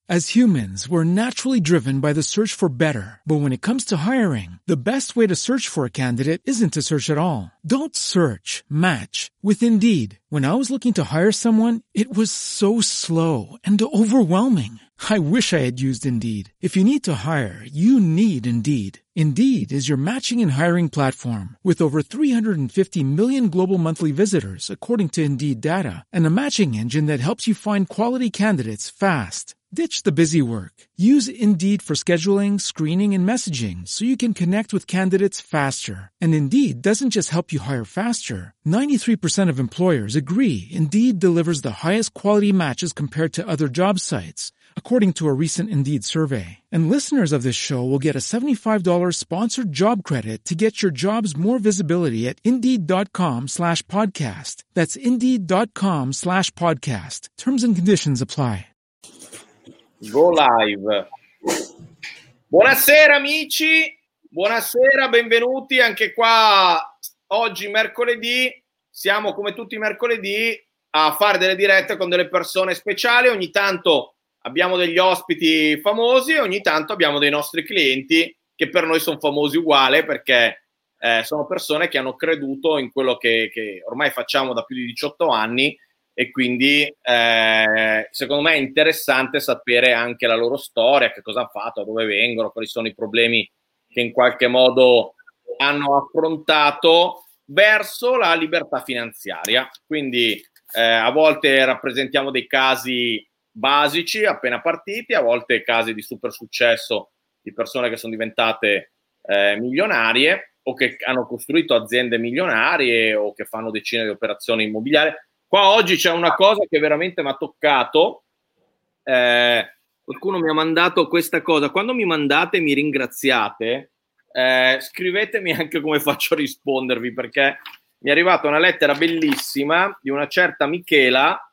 As humans, we're naturally driven by the search for better. But when it comes to hiring, the best way to search for a candidate isn't to search at all. Don't search, match with Indeed. When I was looking to hire someone, it was so slow and overwhelming. I wish I had used Indeed. If you need to hire, you need Indeed. Indeed is your matching and hiring platform with over 350 million global monthly visitors, according to Indeed data, and a matching engine that helps you find quality candidates fast. Ditch the busy work. Use Indeed for scheduling, screening, and messaging so you can connect with candidates faster. And Indeed doesn't just help you hire faster. 93% of employers agree Indeed delivers the highest quality matches compared to other job sites, according to a recent Indeed survey. And listeners of this show will get a $75 sponsored job credit to get your jobs more visibility at Indeed.com/podcast. That's Indeed.com/podcast. Terms and conditions apply. Go live. Buonasera amici, buonasera, benvenuti anche qua. Oggi mercoledì, siamo come tutti i mercoledì a fare delle dirette con delle persone speciali. Ogni tanto abbiamo degli ospiti famosi e ogni tanto abbiamo dei nostri clienti che per noi sono famosi uguale, perché sono persone che hanno creduto in quello che ormai facciamo da più di 18 anni. E quindi secondo me è interessante sapere anche la loro storia, che cosa hanno fatto, da dove vengono, quali sono i problemi che in qualche modo hanno affrontato verso la libertà finanziaria. Quindi a volte rappresentiamo dei casi basici appena partiti, a volte casi di super successo di persone che sono diventate milionarie o che hanno costruito aziende milionarie o che fanno decine di operazioni immobiliari. Qua oggi c'è una cosa che veramente mi ha toccato. Qualcuno mi ha mandato questa cosa. Quando mi mandate, mi ringraziate, scrivetemi anche come faccio a rispondervi, perché mi è arrivata una lettera bellissima di una certa Michela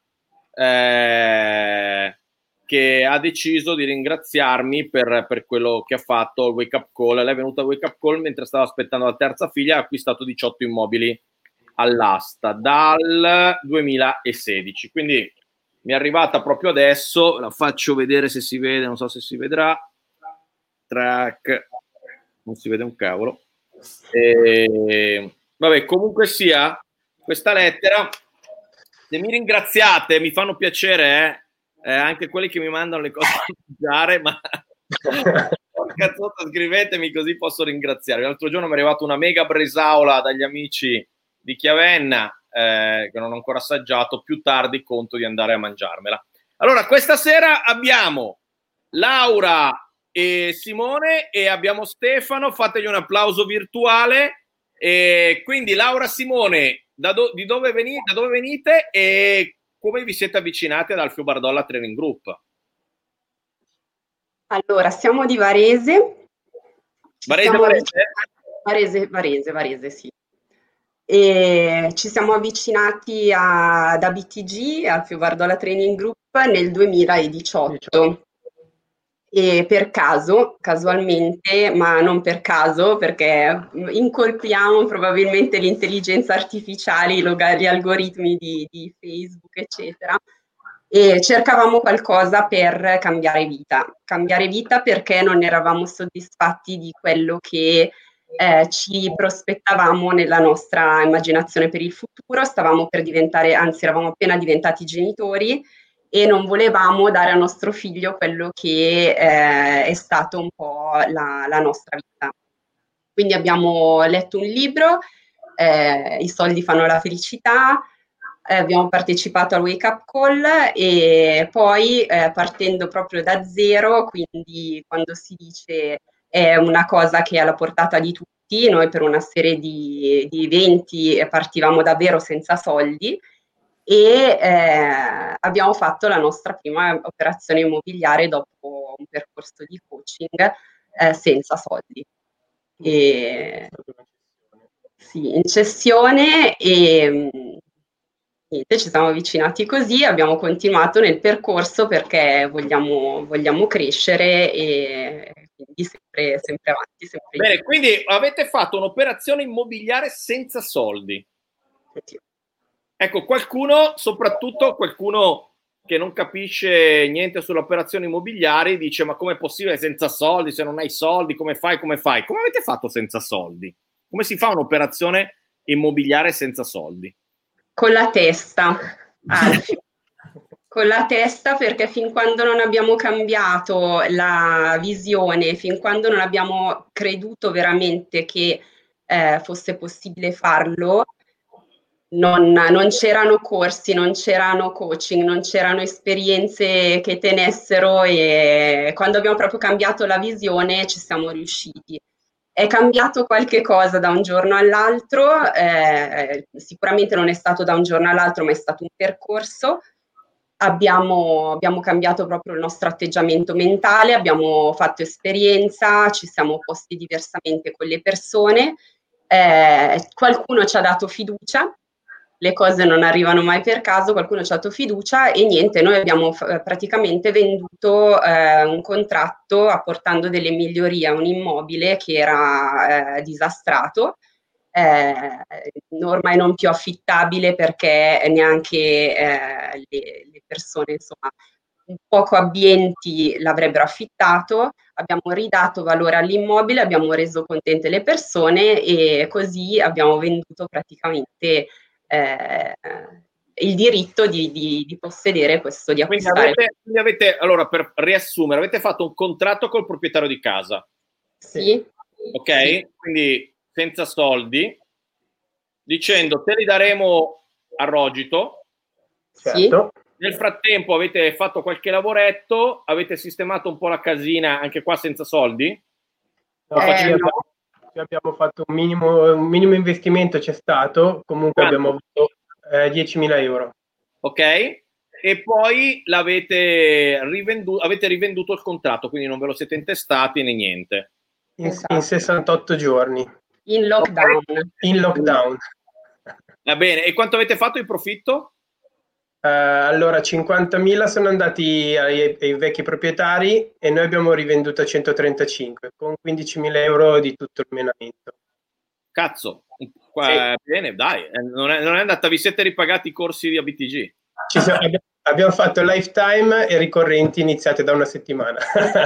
che ha deciso di ringraziarmi per quello che ha fatto il Wake Up Call. Lei è venuta al Wake Up Call mentre stava aspettando la terza figlia e ha acquistato 18 immobili all'asta dal 2016, quindi mi è arrivata proprio adesso. La faccio vedere se si vede, non so se si vedrà. Track, non si vede un cavolo. Vabbè, comunque sia, questa lettera, se mi ringraziate mi fanno piacere, anche quelli che mi mandano le cose da mangiare, ma cazzotta, scrivetemi così posso ringraziarvi. L'altro giorno mi è arrivata una mega bresaola dagli amici di Chiavenna che non ho ancora assaggiato. Più tardi conto di andare a mangiarmela. Allora, questa sera abbiamo Laura e Simone e abbiamo Stefano. Fategli un applauso virtuale. E quindi Laura, Simone, da dove venite e come vi siete avvicinati ad Alfio Bardolla Training Group? Allora, siamo di Varese. Varese, sì. E ci siamo avvicinati ad ABTG, Alfio Bardolla Training Group, nel 2018 e per caso, casualmente, ma non per caso, perché incolpiamo probabilmente l'intelligenza artificiale, gli algoritmi di Facebook, eccetera, e cercavamo qualcosa per cambiare vita perché non eravamo soddisfatti di quello che ci prospettavamo nella nostra immaginazione per il futuro. Stavamo per diventare, anzi eravamo appena diventati genitori e non volevamo dare a nostro figlio quello che è stato un po' la nostra vita. Quindi abbiamo letto un libro, I soldi fanno la felicità, abbiamo partecipato al Wake Up Call e poi partendo proprio da zero, quindi quando si dice è una cosa che è alla portata di tutti, noi per una serie di eventi partivamo davvero senza soldi e abbiamo fatto la nostra prima operazione immobiliare dopo un percorso di coaching senza soldi. Sì, in cessione e niente, ci siamo avvicinati così, abbiamo continuato nel percorso perché vogliamo crescere e quindi sempre avanti. Sempre Bene, quindi avete fatto un'operazione immobiliare senza soldi. sì. Ecco, soprattutto qualcuno che non capisce niente sulle operazioni immobiliari, dice: ma com'è possibile senza soldi? Se non hai soldi, come fai? Come avete fatto senza soldi? Come si fa un'operazione immobiliare senza soldi? Con la testa, Alfio. Con la testa, perché fin quando non abbiamo cambiato la visione, fin quando non abbiamo creduto veramente che fosse possibile farlo, non c'erano corsi, non c'erano coaching, non c'erano esperienze che tenessero, e quando abbiamo proprio cambiato la visione ci siamo riusciti. È cambiato qualche cosa da un giorno all'altro, sicuramente non è stato da un giorno all'altro, ma è stato un percorso. Abbiamo cambiato proprio il nostro atteggiamento mentale, abbiamo fatto esperienza, ci siamo posti diversamente con le persone, qualcuno ci ha dato fiducia, le cose non arrivano mai per caso, qualcuno ci ha dato fiducia e niente, noi abbiamo praticamente venduto un contratto apportando delle migliorie a un immobile che era disastrato, ormai non più affittabile perché neanche le persone insomma poco abbienti l'avrebbero affittato. Abbiamo ridato valore all'immobile, abbiamo reso contente le persone e così abbiamo venduto praticamente il diritto di possedere questo, di acquistare. Quindi avete, allora, per riassumere, avete fatto un contratto col proprietario di casa. Sì. Ok? Sì. Quindi senza soldi, dicendo: te li daremo a rogito. Certo. Nel frattempo avete fatto qualche lavoretto, avete sistemato un po' la casina, anche qua senza soldi? No, abbiamo fatto un minimo investimento, c'è stato, comunque abbiamo avuto 10.000 euro. Ok, e poi avete rivenduto il contratto, quindi non ve lo siete intestati né niente. In 68 giorni. In lockdown. Okay. In lockdown. Va bene, e quanto avete fatto di profitto? Allora 50.000 sono andati ai vecchi proprietari e noi abbiamo rivenduto a 135 con 15.000 euro di tutto il menamento. Cazzo, sì. Bene, dai, non è andata, vi siete ripagati i corsi di ABTG? Abbiamo fatto lifetime e ricorrenti iniziate da una settimana.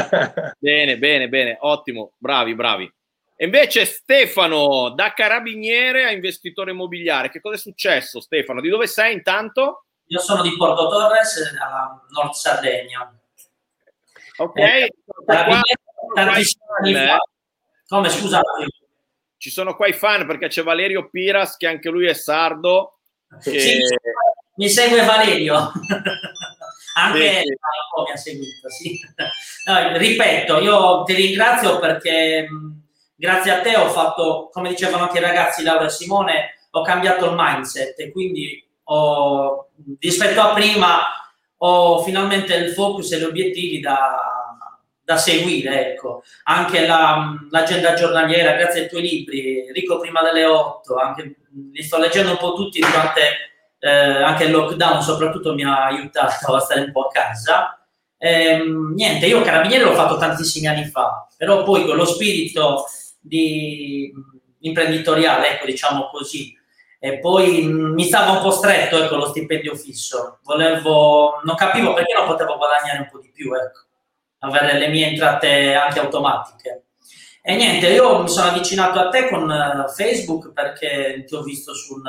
Bene, ottimo, bravi. E invece Stefano, da carabiniere a investitore immobiliare, che cosa è successo, Stefano? Di dove sei intanto? Io sono di Porto Torres, dalla Nord Sardegna. Ok. Tantissimi anni fa. Come, scusa? Ci sono qua i fan, perché c'è Valerio Piras, che anche lui è sardo. Sì, mi segue Valerio. Anche sì. mi ha seguito, sì. No, ripeto, io ti ringrazio perché grazie a te ho fatto, come dicevano anche i ragazzi Laura e Simone, ho cambiato il mindset e quindi rispetto a prima ho finalmente il focus e gli obiettivi da seguire, ecco. Anche l'agenda giornaliera, grazie ai tuoi libri, Ricco prima delle 8, anche, li sto leggendo un po' tutti durante anche il lockdown, soprattutto mi ha aiutato a stare un po' a casa. Niente, io carabiniere l'ho fatto tantissimi anni fa, però poi con lo spirito imprenditoriale, ecco, diciamo così, e poi mi stava un po' stretto, ecco, lo stipendio fisso, non capivo perché non potevo guadagnare un po' di più, ecco, avere le mie entrate anche automatiche. E niente, io mi sono avvicinato a te con Facebook perché ti ho visto su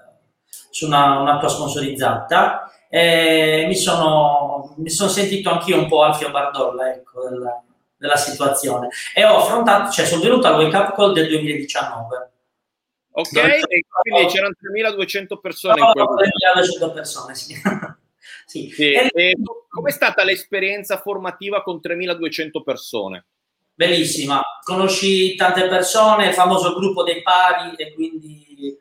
una tua sponsorizzata e mi sono sentito anch'io un po' Alfio Bardolla, ecco, della situazione, e ho affrontato, cioè sono venuto al Wake Up Call del 2019. Ok, e quindi c'erano 3.200 persone in quel 3.200 persone, sì. Sì. E com'è stata l'esperienza formativa con 3.200 persone? Bellissima, conosci tante persone, il famoso gruppo dei pari, e quindi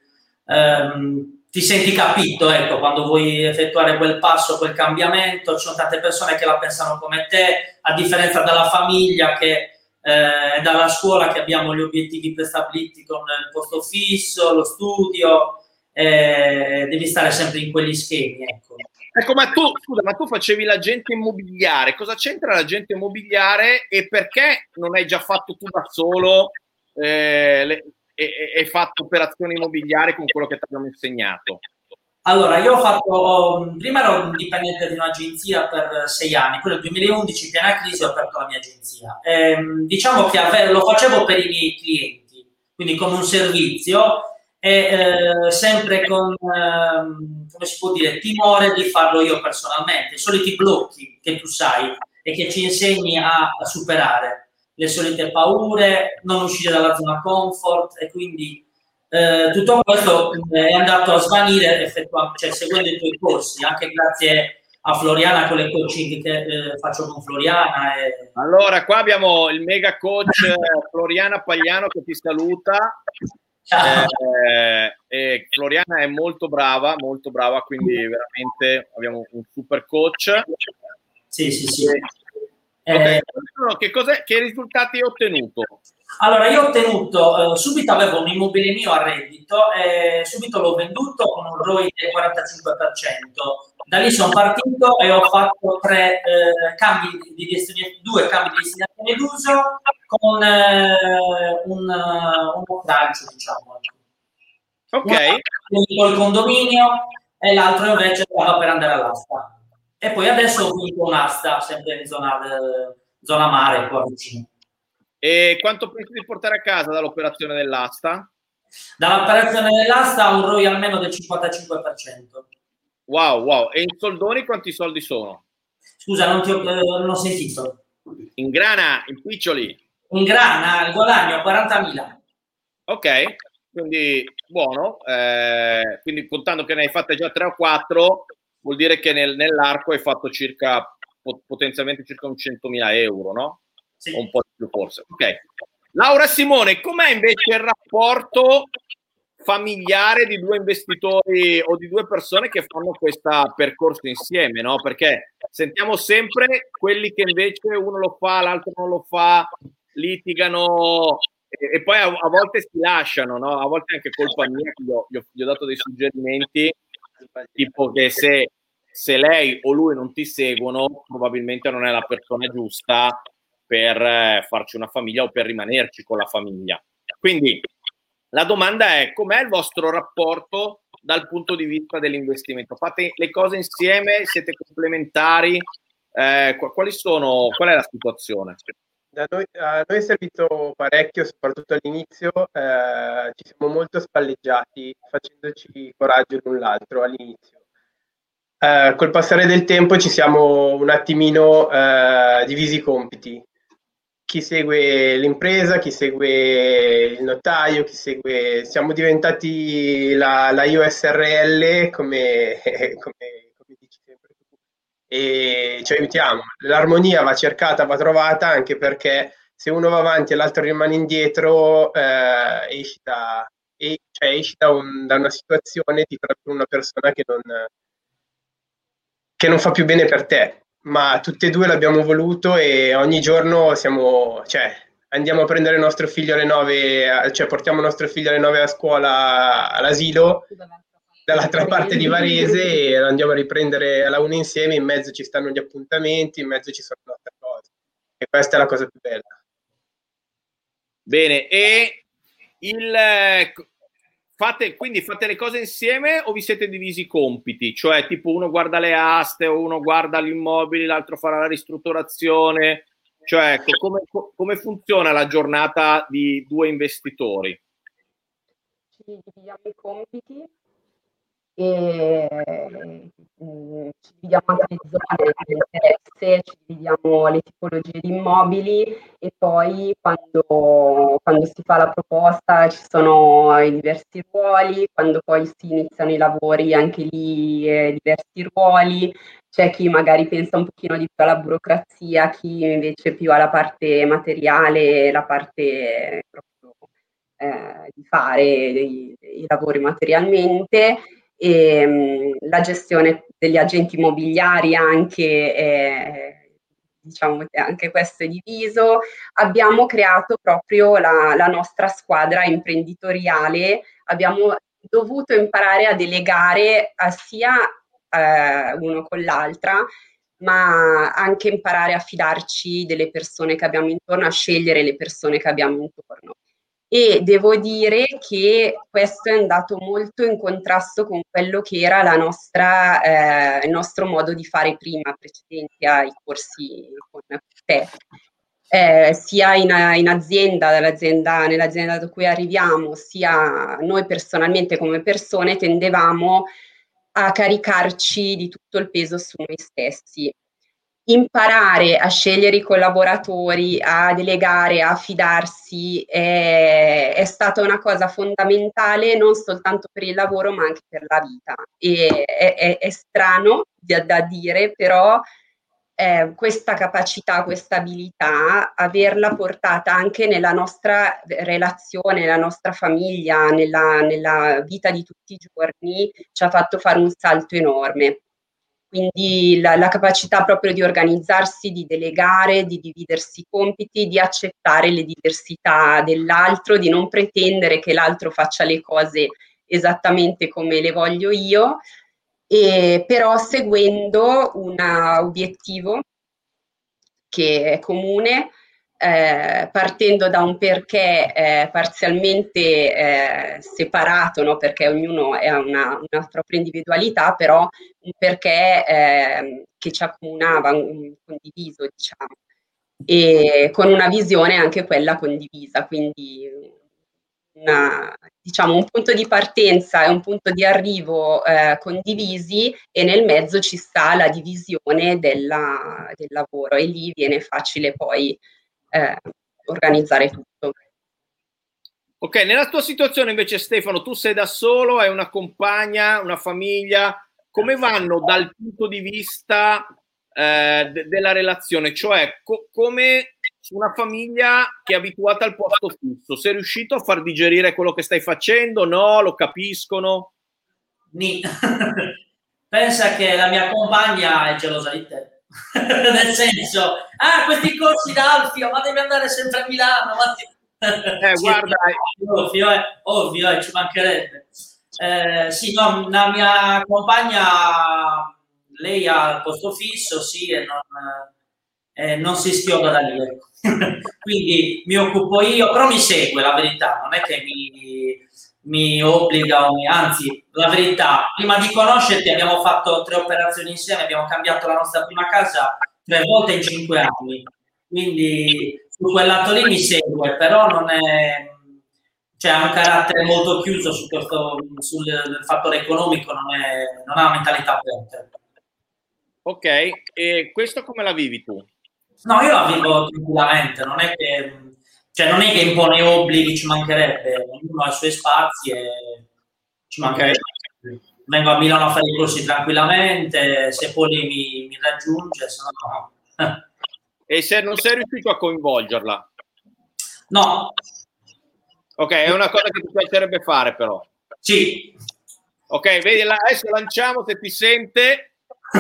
ti senti capito, ecco, quando vuoi effettuare quel passo, quel cambiamento. Ci sono tante persone che la pensano come te, a differenza dalla famiglia che dalla scuola, che abbiamo gli obiettivi prestabiliti con il posto fisso, lo studio, devi stare sempre in quegli schemi, ecco. Ecco, ma tu facevi l'agente immobiliare, cosa c'entra l'agente immobiliare e perché non hai già fatto tu da solo e fatto operazioni immobiliari con quello che ti abbiamo insegnato? Allora, io ho fatto, prima ero un dipendente di un'agenzia per 6 anni, poi nel 2011, in piena crisi, ho aperto la mia agenzia. Diciamo che lo facevo per i miei clienti, quindi come un servizio e sempre con, come si può dire, timore di farlo io personalmente. I soliti blocchi che tu sai e che ci insegni a superare, le solite paure, non uscire dalla zona comfort e quindi tutto questo è andato a svanire cioè, seguendo i tuoi corsi, anche grazie a Floriana con le coaching che faccio con Floriana. Allora, qua abbiamo il mega coach Floriana Pagliano che ti saluta. E Floriana è molto brava, quindi veramente abbiamo un super coach. Sì, sì, sì. Okay. Che risultati hai ottenuto? Allora, io ho ottenuto, subito avevo un immobile mio a reddito e subito l'ho venduto con un ROI del 45%. Da lì sono partito e ho fatto 2 cambi di destinazione d'uso con un montaggio, diciamo. Ok. Col condominio e l'altro invece stava per andare all'asta. E poi adesso ho vinto un'asta, sempre in zona mare, qua vicino. E quanto pensi di portare a casa dall'operazione dell'asta? Dall'operazione dell'asta un ROI almeno del 55%. Wow. E in soldoni quanti soldi sono? Scusa, non ho sentito. In grana, in piccioli? In grana, il guadagno 40.000. Ok, quindi buono. Quindi contando che ne hai fatte già 3 o 4, vuol dire che nell'arco hai fatto potenzialmente circa un 100.000 euro, no? Sì. O un po' di più forse. Ok. Laura Simone, com'è invece il rapporto familiare di 2 investitori o di 2 persone che fanno questo percorso insieme, no? Perché sentiamo sempre quelli che invece uno lo fa, l'altro non lo fa, litigano e poi a volte si lasciano, no? A volte è anche colpa mia che gli ho dato dei suggerimenti tipo che se lei o lui non ti seguono probabilmente non è la persona giusta per farci una famiglia o per rimanerci con la famiglia. Quindi la domanda è: com'è il vostro rapporto dal punto di vista dell'investimento? Fate le cose insieme? Siete complementari? Qual è la situazione? A noi è servito parecchio, soprattutto all'inizio, ci siamo molto spalleggiati facendoci coraggio l'un l'altro all'inizio. Col passare del tempo ci siamo un attimino divisi i compiti. Chi segue l'impresa, chi segue il notaio, siamo diventati la USRL come dici sempre tu, e ci aiutiamo. L'armonia va cercata, va trovata, anche perché se uno va avanti e l'altro rimane indietro, esci da una situazione, ti trovi con una persona che non fa più bene per te, ma tutte e 2 l'abbiamo voluto e ogni giorno andiamo a prendere il nostro figlio alle 9, portiamo il nostro figlio alle 9 a scuola all'asilo dall'altra parte di Varese e lo andiamo a riprendere alla 1 insieme, in mezzo ci stanno gli appuntamenti, in mezzo ci sono le altre cose e questa è la cosa più bella. Bene, e quindi fate le cose insieme o vi siete divisi i compiti? Cioè tipo uno guarda le aste o uno guarda gli immobili, l'altro farà la ristrutturazione? Cioè come funziona la giornata di 2 investitori? Ci dividiamo i compiti e ci dividiamo anche le zone di interesse, ci dividiamo le tipologie di immobili e poi quando si fa la proposta ci sono i diversi ruoli, quando poi si iniziano i lavori anche lì diversi ruoli, c'è chi magari pensa un pochino di più alla burocrazia, chi invece più alla parte materiale, la parte proprio di fare i lavori materialmente. E la gestione degli agenti immobiliari anche, diciamo, anche questo è diviso. Abbiamo creato proprio la nostra squadra imprenditoriale, abbiamo dovuto imparare a delegare sia uno con l'altra, ma anche imparare a fidarci delle persone che abbiamo intorno, a scegliere le persone che abbiamo intorno. e devo dire che questo è andato molto in contrasto con quello che era il nostro modo di fare prima, precedente ai corsi con te. Sia in azienda, nell'azienda da cui arriviamo, sia noi personalmente come persone tendevamo a caricarci di tutto il peso su noi stessi. Imparare a scegliere i collaboratori, a delegare, a fidarsi è stata una cosa fondamentale non soltanto per il lavoro ma anche per la vita. E è strano da dire, però questa capacità, questa abilità, averla portata anche nella nostra relazione, nella nostra famiglia, nella vita di tutti i giorni, ci ha fatto fare un salto enorme. Quindi la capacità proprio di organizzarsi, di delegare, di dividersi i compiti, di accettare le diversità dell'altro, di non pretendere che l'altro faccia le cose esattamente come le voglio io, però seguendo un obiettivo che è comune, partendo da un perché parzialmente separato, no? Perché ognuno ha una propria individualità, però un perché che ci accomunava, un condiviso, diciamo, e con una visione anche quella condivisa, quindi diciamo, un punto di partenza e un punto di arrivo condivisi, e nel mezzo ci sta la divisione del lavoro, e lì viene facile poi organizzare tutto. Ok, nella tua situazione invece, Stefano, tu sei da solo, hai una compagna, una famiglia, come vanno dal punto di vista della relazione? Cioè, come una famiglia che è abituata al posto fisso, sei riuscito a far digerire quello che stai facendo? No? Lo capiscono? Pensa che la mia compagna è gelosa di te. Nel senso, questi corsi da Alfio, ma devi andare sempre a Milano. Guarda, ovvio, ci mancherebbe. Sì, no, la mia compagna, lei ha il posto fisso, sì, e non si schioda da lì. Quindi mi occupo io, però mi segue, la verità, non è che mi obbliga, anzi, la verità, prima di conoscerti abbiamo fatto 3 operazioni insieme, abbiamo cambiato la nostra prima casa 3 volte in 5 anni, quindi su quel lato lì mi segue, però non è, cioè, ha un carattere molto chiuso su questo, sul fattore economico, non ha una mentalità aperta. Ok, e questo come la vivi tu? No, io la vivo tranquillamente, non è che impone obblighi, ci mancherebbe, ognuno ha i suoi spazi e ci mancherebbe. Okay. Vengo a Milano a fare i corsi tranquillamente, se poi mi raggiunge, se no. E se non sei riuscito a coinvolgerla? No. Ok, è una cosa che ti piacerebbe fare però. Sì. Ok, vedi, adesso lanciamo, se ti sente.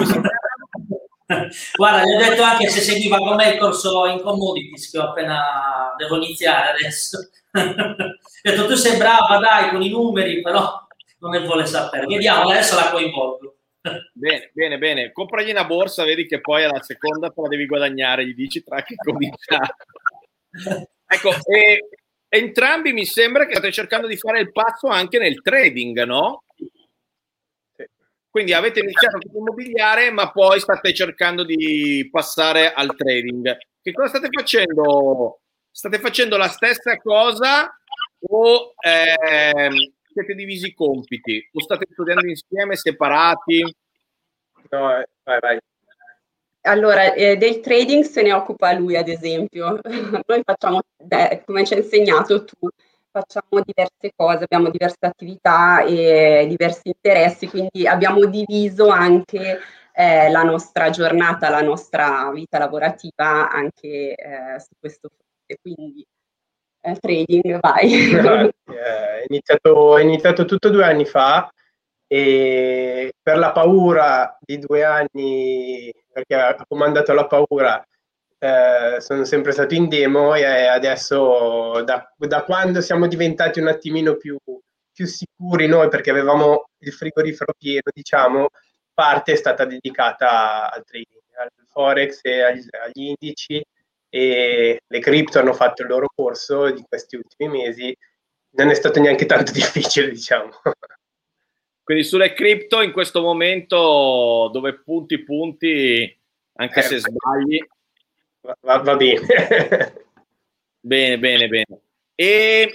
Guarda, gli ho detto anche se seguiva con me il corso in commodities che ho appena devo iniziare adesso. Ho detto tu sei brava, dai, con i numeri, però non ne vuole sapere. Vediamo, adesso la coinvolgo. Bene. Compragli una borsa, vedi che poi alla seconda te la devi guadagnare, gli dici tra che comincia. Ecco, entrambi mi sembra che state cercando di fare il passo anche nel trading, no? Quindi avete iniziato con l'immobiliare, ma poi state cercando di passare al trading. Che cosa state facendo? State facendo la stessa cosa o siete divisi i compiti? O state studiando insieme, separati? No, vai. Allora, del trading se ne occupa lui, ad esempio. Noi facciamo, come ci hai insegnato tu, facciamo diverse cose, abbiamo diverse attività e diversi interessi, quindi abbiamo diviso anche la nostra giornata, la nostra vita lavorativa anche su questo fronte. Quindi trading, vai. È iniziato tutto 2 anni fa, e per la paura di 2 anni, perché ha comandato la paura, sono sempre stato in demo, e adesso da quando siamo diventati un attimino più sicuri noi, perché avevamo il frigorifero pieno, diciamo, parte è stata dedicata al trading, al forex e agli indici, e le cripto hanno fatto il loro corso di questi ultimi mesi, non è stato neanche tanto difficile, diciamo. Quindi sulle cripto in questo momento dove punti, anche se sbagli. Va bene. Bene. E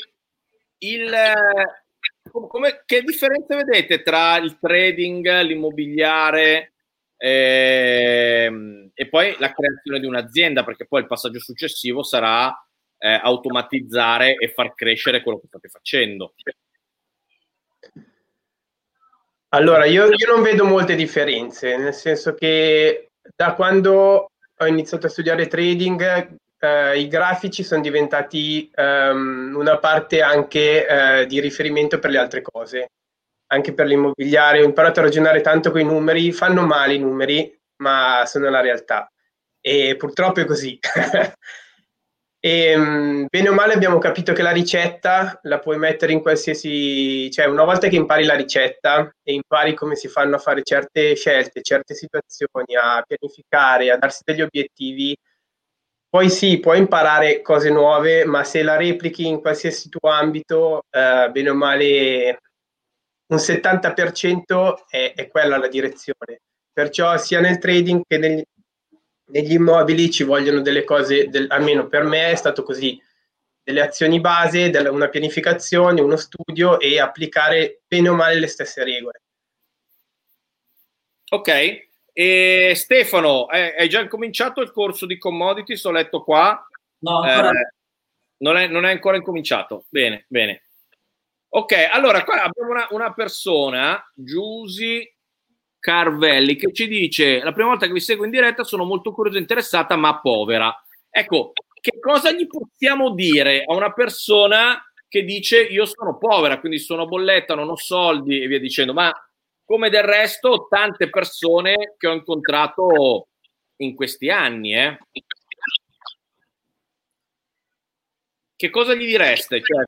che differenza vedete tra il trading, l'immobiliare e poi la creazione di un'azienda? Perché poi il passaggio successivo sarà automatizzare e far crescere quello che state facendo. Allora, io non vedo molte differenze, nel senso che da quando ho iniziato a studiare trading, i grafici sono diventati una parte anche di riferimento per le altre cose, anche per l'immobiliare. Ho imparato a ragionare tanto con i numeri, fanno male i numeri, ma sono la realtà. E purtroppo è così. E bene o male abbiamo capito che la ricetta la puoi mettere in qualsiasi, cioè una volta che impari la ricetta e impari come si fanno a fare certe scelte, certe situazioni, a pianificare, a darsi degli obiettivi, poi sì, puoi imparare cose nuove, ma se la replichi in qualsiasi tuo ambito, bene o male un 70% è quella la direzione. Perciò sia nel trading che negli immobili ci vogliono delle cose, almeno per me è stato così, delle azioni base, una pianificazione, uno studio e applicare bene o male le stesse regole. Ok, e Stefano, hai già cominciato il corso di commodities? Ho letto qua. No, ancora non è ancora incominciato. Bene. Ok, allora qua abbiamo una persona, Giusy Carvelli, che ci dice: la prima volta che vi seguo in diretta sono molto curiosa e interessata, ma povera. Ecco, che cosa gli possiamo dire a una persona che dice io sono povera, quindi sono a bolletta, non ho soldi e via dicendo, ma come del resto tante persone che ho incontrato in questi anni, Che cosa gli direste? Cioè,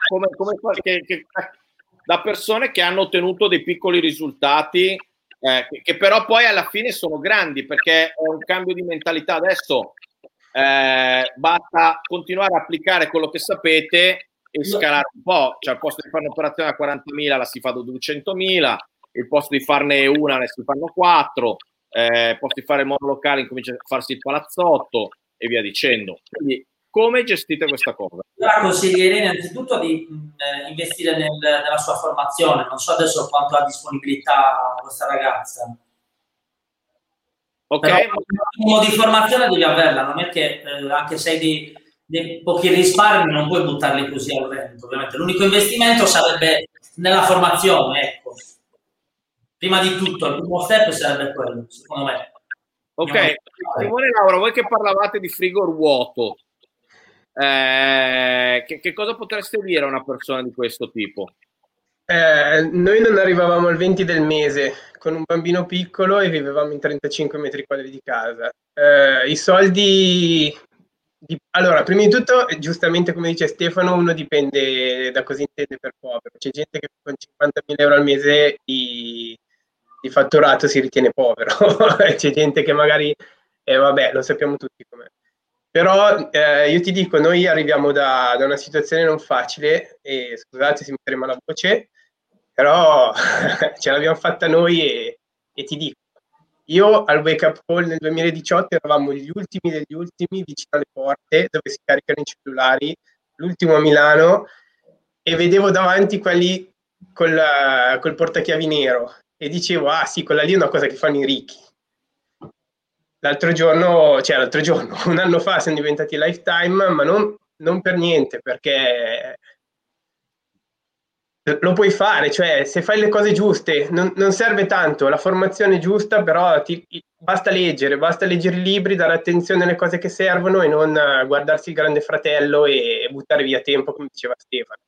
da persone che hanno ottenuto dei piccoli risultati, che però poi alla fine sono grandi, perché è un cambio di mentalità. Adesso basta continuare a applicare quello che sapete e scalare un po'. Cioè, al posto di fare un'operazione a 40.000 la si fa da 200.000, al posto di farne una ne si fanno 4, al posto di fare il monolocale incomincia a farsi il palazzotto e via dicendo. Quindi come gestite questa cosa? Io consiglierei innanzitutto di investire nella sua formazione. Non so adesso quanto ha disponibilità questa ragazza. Ok, però un minimo di formazione devi averla, non è che anche se hai dei pochi risparmi non puoi buttarli così al vento. Ovviamente l'unico investimento sarebbe nella formazione, ecco. Prima di tutto, il primo step sarebbe quello, secondo me. Ok, Simone e Laura, voi che parlavate di frigo vuoto, che cosa potreste dire a una persona di questo tipo? Noi non arrivavamo al 20 del mese con un bambino piccolo e vivevamo in 35 metri quadri di casa. I soldi... Allora, prima di tutto, giustamente come dice Stefano, uno dipende da cosa intende per povero. C'è gente che con 50.000 euro al mese di fatturato si ritiene povero. C'è gente che magari, vabbè, lo sappiamo tutti com'è. Però io ti dico, noi arriviamo da una situazione non facile e scusate se mi trema la voce, però ce l'abbiamo fatta noi e ti dico, io al Wake Up Call nel 2018 eravamo gli ultimi degli ultimi vicino alle porte dove si caricano i cellulari, l'ultimo a Milano, e vedevo davanti quelli col portachiavi nero e dicevo, ah sì, quella lì è una cosa che fanno i ricchi. L'altro giorno, un anno fa siamo diventati Lifetime, ma non per niente, perché lo puoi fare, cioè se fai le cose giuste, non serve tanto, la formazione giusta, però basta leggere i libri, dare attenzione alle cose che servono e non guardarsi il Grande Fratello e buttare via tempo, come diceva Stefano.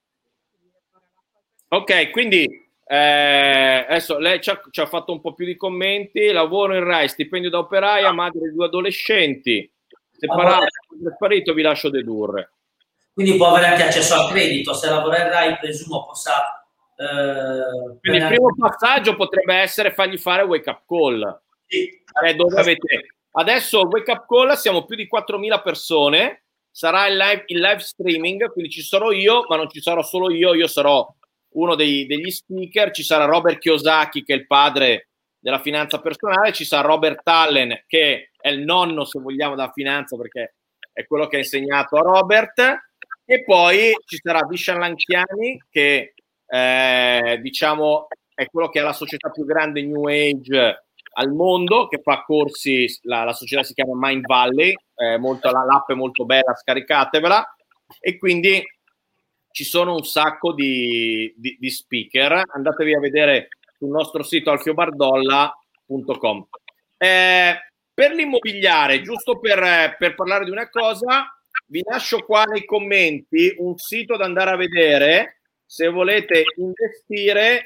Ok, quindi adesso lei ci ha fatto un po' più di commenti. Lavoro in Rai, stipendio da operaia, madre di 2 adolescenti, separato, sparito, vi lascio dedurre. Quindi può avere anche accesso al credito, se lavora in Rai presumo possa... Quindi il primo passaggio potrebbe essere fargli fare Wake Up Call. Sì. Dove avete... Adesso Wake Up Call siamo più di 4.000 persone sarà il live streaming, quindi ci sarò io, ma non ci sarò solo io sarò uno degli speaker, ci sarà Robert Kiyosaki, che è il padre della finanza personale, ci sarà Robert Allen, che è il nonno, se vogliamo, della finanza, perché è quello che ha insegnato a Robert, e poi ci sarà Vishen Lankhiani, che diciamo è quello che ha la società più grande New Age al mondo, che fa corsi, la società si chiama Mind Valley, l'app è molto bella, scaricatevela, e quindi ci sono un sacco di speaker, andatevi a vedere sul nostro sito alfiobardolla.com. Per l'immobiliare, giusto per parlare di una cosa, vi lascio qua nei commenti un sito da andare a vedere se volete investire.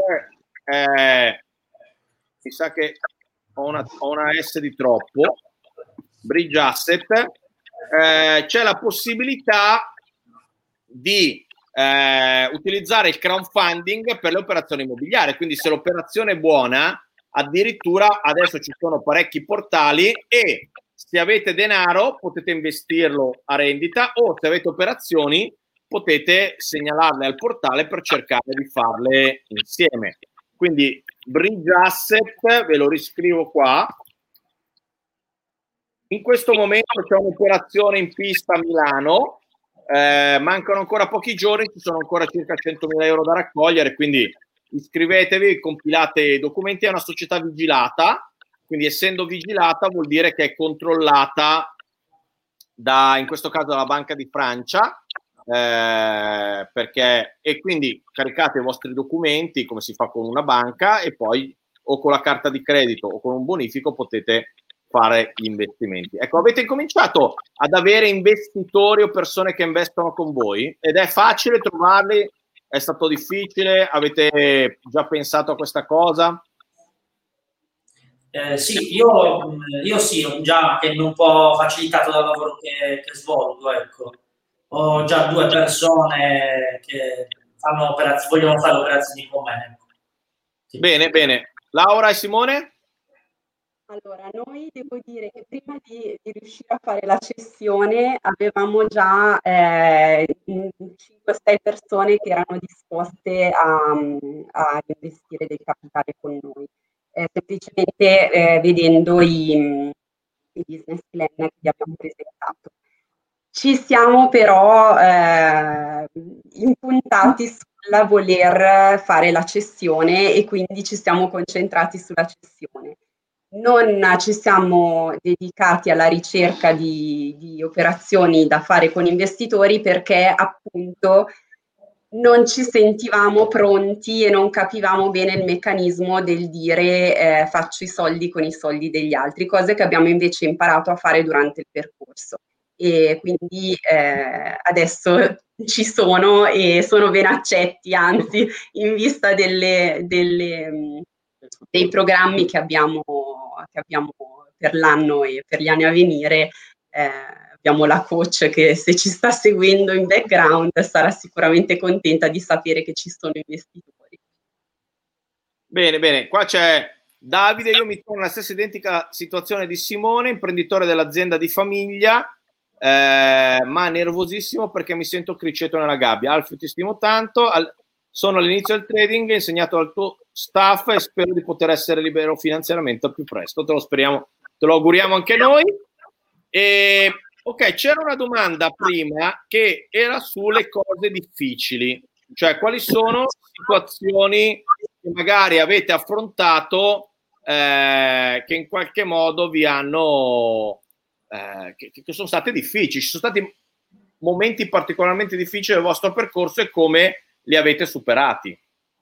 Mi sa che ho una S di troppo. Bridge Asset. C'è la possibilità di utilizzare il crowdfunding per le operazioni immobiliari, quindi se l'operazione è buona, addirittura adesso ci sono parecchi portali, e se avete denaro potete investirlo a rendita, o se avete operazioni potete segnalarle al portale per cercare di farle insieme. Quindi Bridge Asset, ve lo riscrivo qua. In questo momento c'è un'operazione in pista a Milano, mancano ancora pochi giorni, ci sono ancora circa 100.000 euro da raccogliere, quindi iscrivetevi, compilate i documenti. È una società vigilata, quindi essendo vigilata vuol dire che è controllata in questo caso dalla Banca di Francia, e quindi caricate i vostri documenti come si fa con una banca, e poi o con la carta di credito o con un bonifico potete fare gli investimenti. Ecco, avete incominciato ad avere investitori o persone che investono con voi, ed è facile trovarli? È stato difficile? Avete già pensato a questa cosa? Sì, io sì, ho già che un po' facilitato dal lavoro che svolgo, ecco. Ho già 2 persone che vogliono fare operazioni con me. Sì. Bene, bene. Laura e Simone? Allora, noi devo dire che prima di riuscire a fare la cessione avevamo già 5-6 persone che erano disposte a investire del capitale con noi, semplicemente vedendo i business plan che gli abbiamo presentato. Ci siamo però impuntati sulla voler fare la cessione, e quindi ci siamo concentrati sulla cessione. Non ci siamo dedicati alla ricerca di operazioni da fare con investitori, perché appunto non ci sentivamo pronti e non capivamo bene il meccanismo del dire faccio i soldi con i soldi degli altri, cose che abbiamo invece imparato a fare durante il percorso. E quindi adesso ci sono, e sono ben accetti, anzi, in vista dei programmi che abbiamo per l'anno e per gli anni a venire. Abbiamo la coach che, se ci sta seguendo in background, sarà sicuramente contenta di sapere che ci sono investitori. Bene, bene. Qua c'è Davide, io mi trovo nella stessa identica situazione di Simone, imprenditore dell'azienda di famiglia, ma nervosissimo perché mi sento criceto nella gabbia. Alfio, ti stimo tanto, sono all'inizio del trading, insegnato dal tuo staff, e spero di poter essere libero finanziariamente al più presto. Te lo speriamo, te lo auguriamo anche noi. E ok, c'era una domanda prima che era sulle cose difficili, cioè quali sono situazioni che magari avete affrontato che in qualche modo vi hanno che sono state difficili, ci sono stati momenti particolarmente difficili del vostro percorso, e come li avete superati?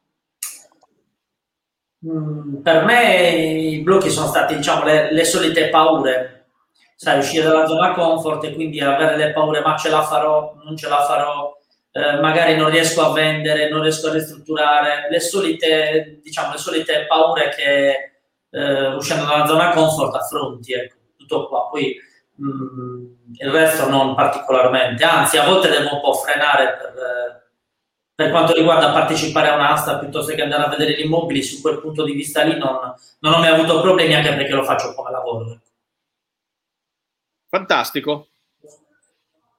Per me i blocchi sono stati, diciamo, le solite paure. Sai, uscire dalla zona comfort e quindi avere le paure, ma ce la farò, non ce la farò, magari non riesco a vendere, non riesco a ristrutturare, le solite paure che uscendo dalla zona comfort affronti, ecco, tutto qua. Poi il resto non particolarmente, anzi a volte devo un po' frenare per quanto riguarda partecipare a un'asta piuttosto che andare a vedere gli immobili. Su quel punto di vista lì non ho mai avuto problemi, anche perché lo faccio come lavoro. Fantastico.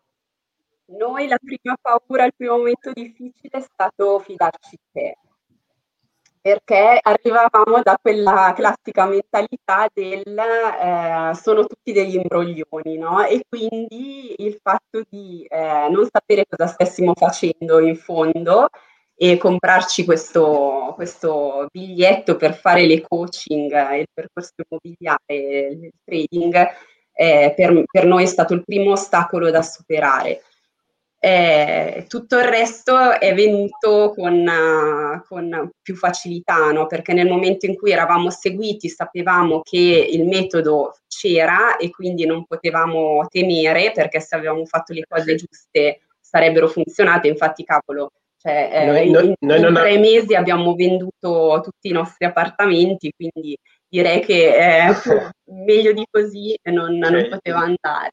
Noi la prima paura, il primo momento difficile è stato fidarci di te, perché arrivavamo da quella classica mentalità del sono tutti degli imbroglioni, no? E quindi il fatto di non sapere cosa stessimo facendo in fondo e comprarci questo biglietto per fare le coaching, il percorso immobiliare, il trading, per noi è stato il primo ostacolo da superare. Tutto il resto è venuto con più facilità, no? Perché nel momento in cui eravamo seguiti sapevamo che il metodo c'era e quindi non potevamo temere, perché se avevamo fatto le cose giuste sarebbero funzionate. Infatti, cavolo, cioè, in 3 mesi abbiamo venduto tutti i nostri appartamenti, quindi direi che meglio di così non poteva andare.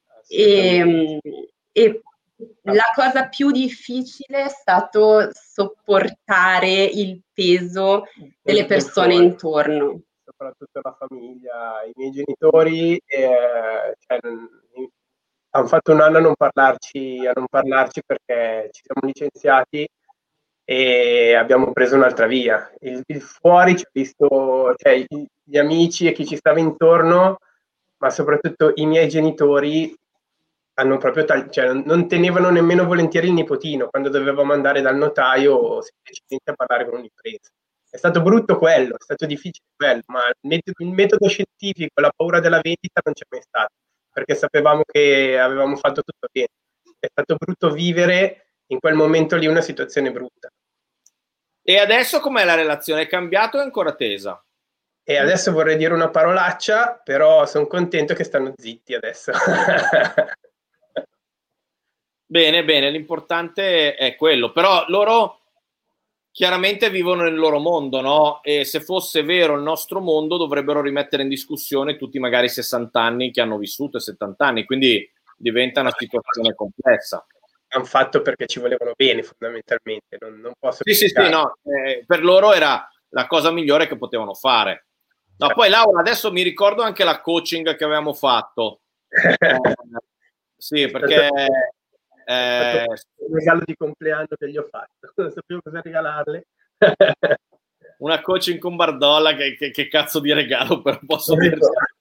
E la cosa più difficile è stato sopportare il peso delle persone intorno. Soprattutto la famiglia, i miei genitori hanno fatto un anno a non parlarci perché ci siamo licenziati e abbiamo preso un'altra via. Il fuori ci ha visto, cioè, gli amici e chi ci stava intorno, ma soprattutto i miei genitori hanno proprio cioè, non tenevano nemmeno volentieri il nipotino quando dovevamo andare dal notaio o semplicemente a parlare con un'impresa. È stato brutto quello, è stato difficile quello, ma il metodo scientifico, la paura della vendita non c'è mai stato, perché sapevamo che avevamo fatto tutto bene. È stato brutto vivere in quel momento lì una situazione brutta. E adesso com'è la relazione? È cambiato o è ancora tesa? E adesso vorrei dire una parolaccia, però sono contento che stanno zitti adesso. Bene, l'importante è quello, però loro chiaramente vivono nel loro mondo, no? E se fosse vero il nostro mondo dovrebbero rimettere in discussione tutti magari 60 anni che hanno vissuto e 70 anni, quindi diventa una situazione complessa. Hanno fatto perché ci volevano bene fondamentalmente, non posso sì, no, per loro era la cosa migliore che potevano fare. No, poi Laura, adesso mi ricordo anche la coaching che avevamo fatto. Sì, perché un regalo di compleanno che gli ho fatto, non sapevo cosa regalarle. Una coaching con Bardolla, che cazzo di regalo, però posso dire.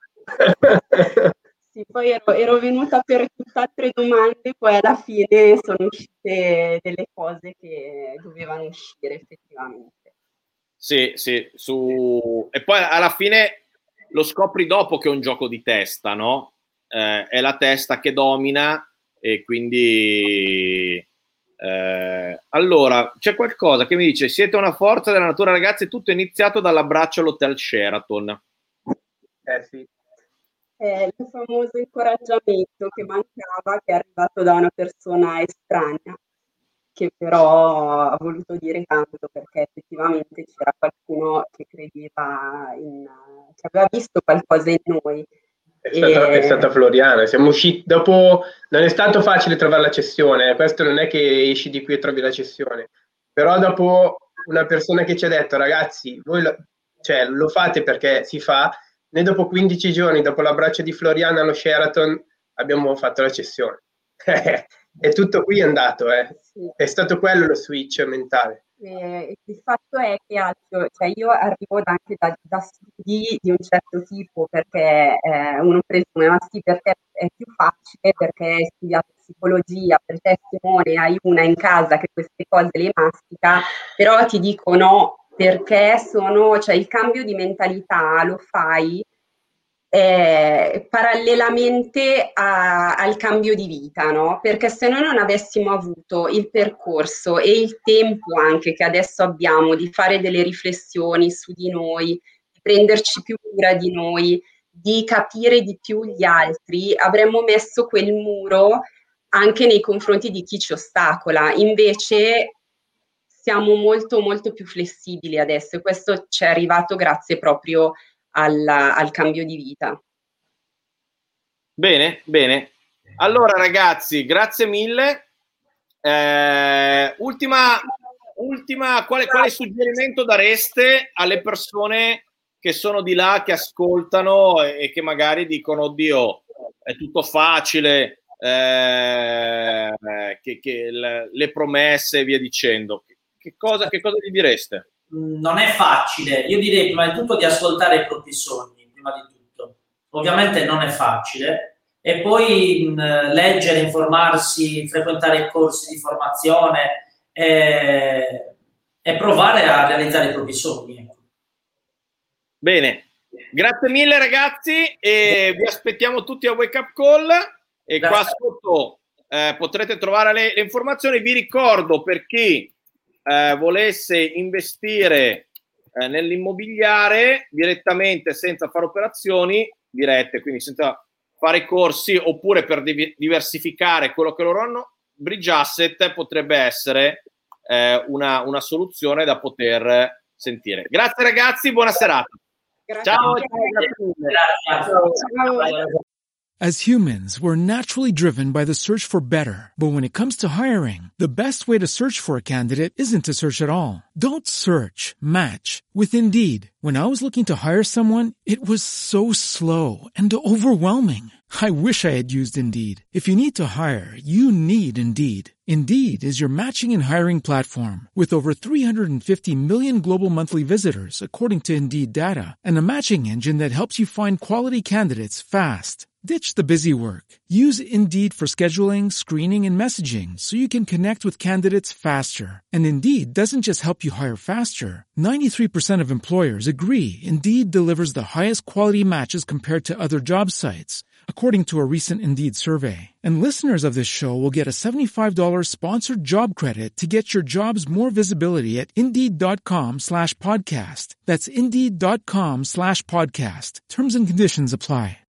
Sì, poi ero venuta per tutt'altre domande, poi alla fine sono uscite delle cose che dovevano uscire effettivamente. Sì, e poi alla fine lo scopri dopo che è un gioco di testa, no? È la testa che domina e quindi allora c'è qualcosa che mi dice: siete una forza della natura, ragazzi, tutto è iniziato dall'abbraccio all'hotel Sheraton. Sì. Il famoso incoraggiamento che mancava, che è arrivato da una persona estranea, che però ha voluto dire tanto, perché effettivamente c'era qualcuno che credeva che aveva visto qualcosa in noi. È stata Floriana, siamo usciti dopo, non è stato facile trovare la cessione, questo non è che esci di qui e trovi la cessione, però dopo una persona che ci ha detto: ragazzi, voi lo fate perché si fa, noi dopo 15 giorni, dopo l'abbraccio di Floriana allo Sheraton, abbiamo fatto la cessione. E tutto qui è andato, Sì. È stato quello lo switch mentale. Il fatto è che io arrivo anche da studi di un certo tipo, perché uno presume, ma sì, perché è più facile, perché hai studiato psicologia, per te Simone hai una in casa che queste cose le mastica, però ti dico no, perché il cambio di mentalità lo fai parallelamente al cambio di vita, no? Perché se noi non avessimo avuto il percorso e il tempo anche che adesso abbiamo di fare delle riflessioni su di noi, di prenderci più cura di noi, di capire di più gli altri, avremmo messo quel muro anche nei confronti di chi ci ostacola. Invece siamo molto molto più flessibili adesso, e questo ci è arrivato grazie proprio al cambio di vita. Bene. Allora ragazzi, grazie mille. Ultima, quale suggerimento dareste alle persone che sono di là, che ascoltano e che magari dicono: oddio, è tutto facile, le promesse e via dicendo. Che cosa gli direste? Non è facile. Io direi prima di tutto di ascoltare i propri sogni, prima di tutto. Ovviamente non è facile. E poi leggere, informarsi, frequentare corsi di formazione e provare a realizzare i propri sogni. Bene, grazie mille ragazzi e vi aspettiamo tutti a Wake Up Call e grazie. Qua sotto potrete trovare le informazioni. Vi ricordo, per chi volesse investire nell'immobiliare direttamente senza fare operazioni dirette, quindi senza fare corsi, oppure per diversificare quello che loro hanno, Bridge Asset potrebbe essere una soluzione da poter sentire. Grazie ragazzi, buona serata. Ciao. As humans, we're naturally driven by the search for better. But when it comes to hiring, the best way to search for a candidate isn't to search at all. Don't search, match with Indeed. When I was looking to hire someone, it was so slow and overwhelming. I wish I had used Indeed. If you need to hire, you need Indeed. Indeed is your matching and hiring platform with over 350 million global monthly visitors, according to Indeed data, and a matching engine that helps you find quality candidates fast. Ditch the busy work. Use Indeed for scheduling, screening, and messaging so you can connect with candidates faster. And Indeed doesn't just help you hire faster. 93% of employers agree Indeed delivers the highest quality matches compared to other job sites, according to a recent Indeed survey. And listeners of this show will get a $75 sponsored job credit to get your jobs more visibility at Indeed.com/podcast. That's Indeed.com/podcast. Terms and conditions apply.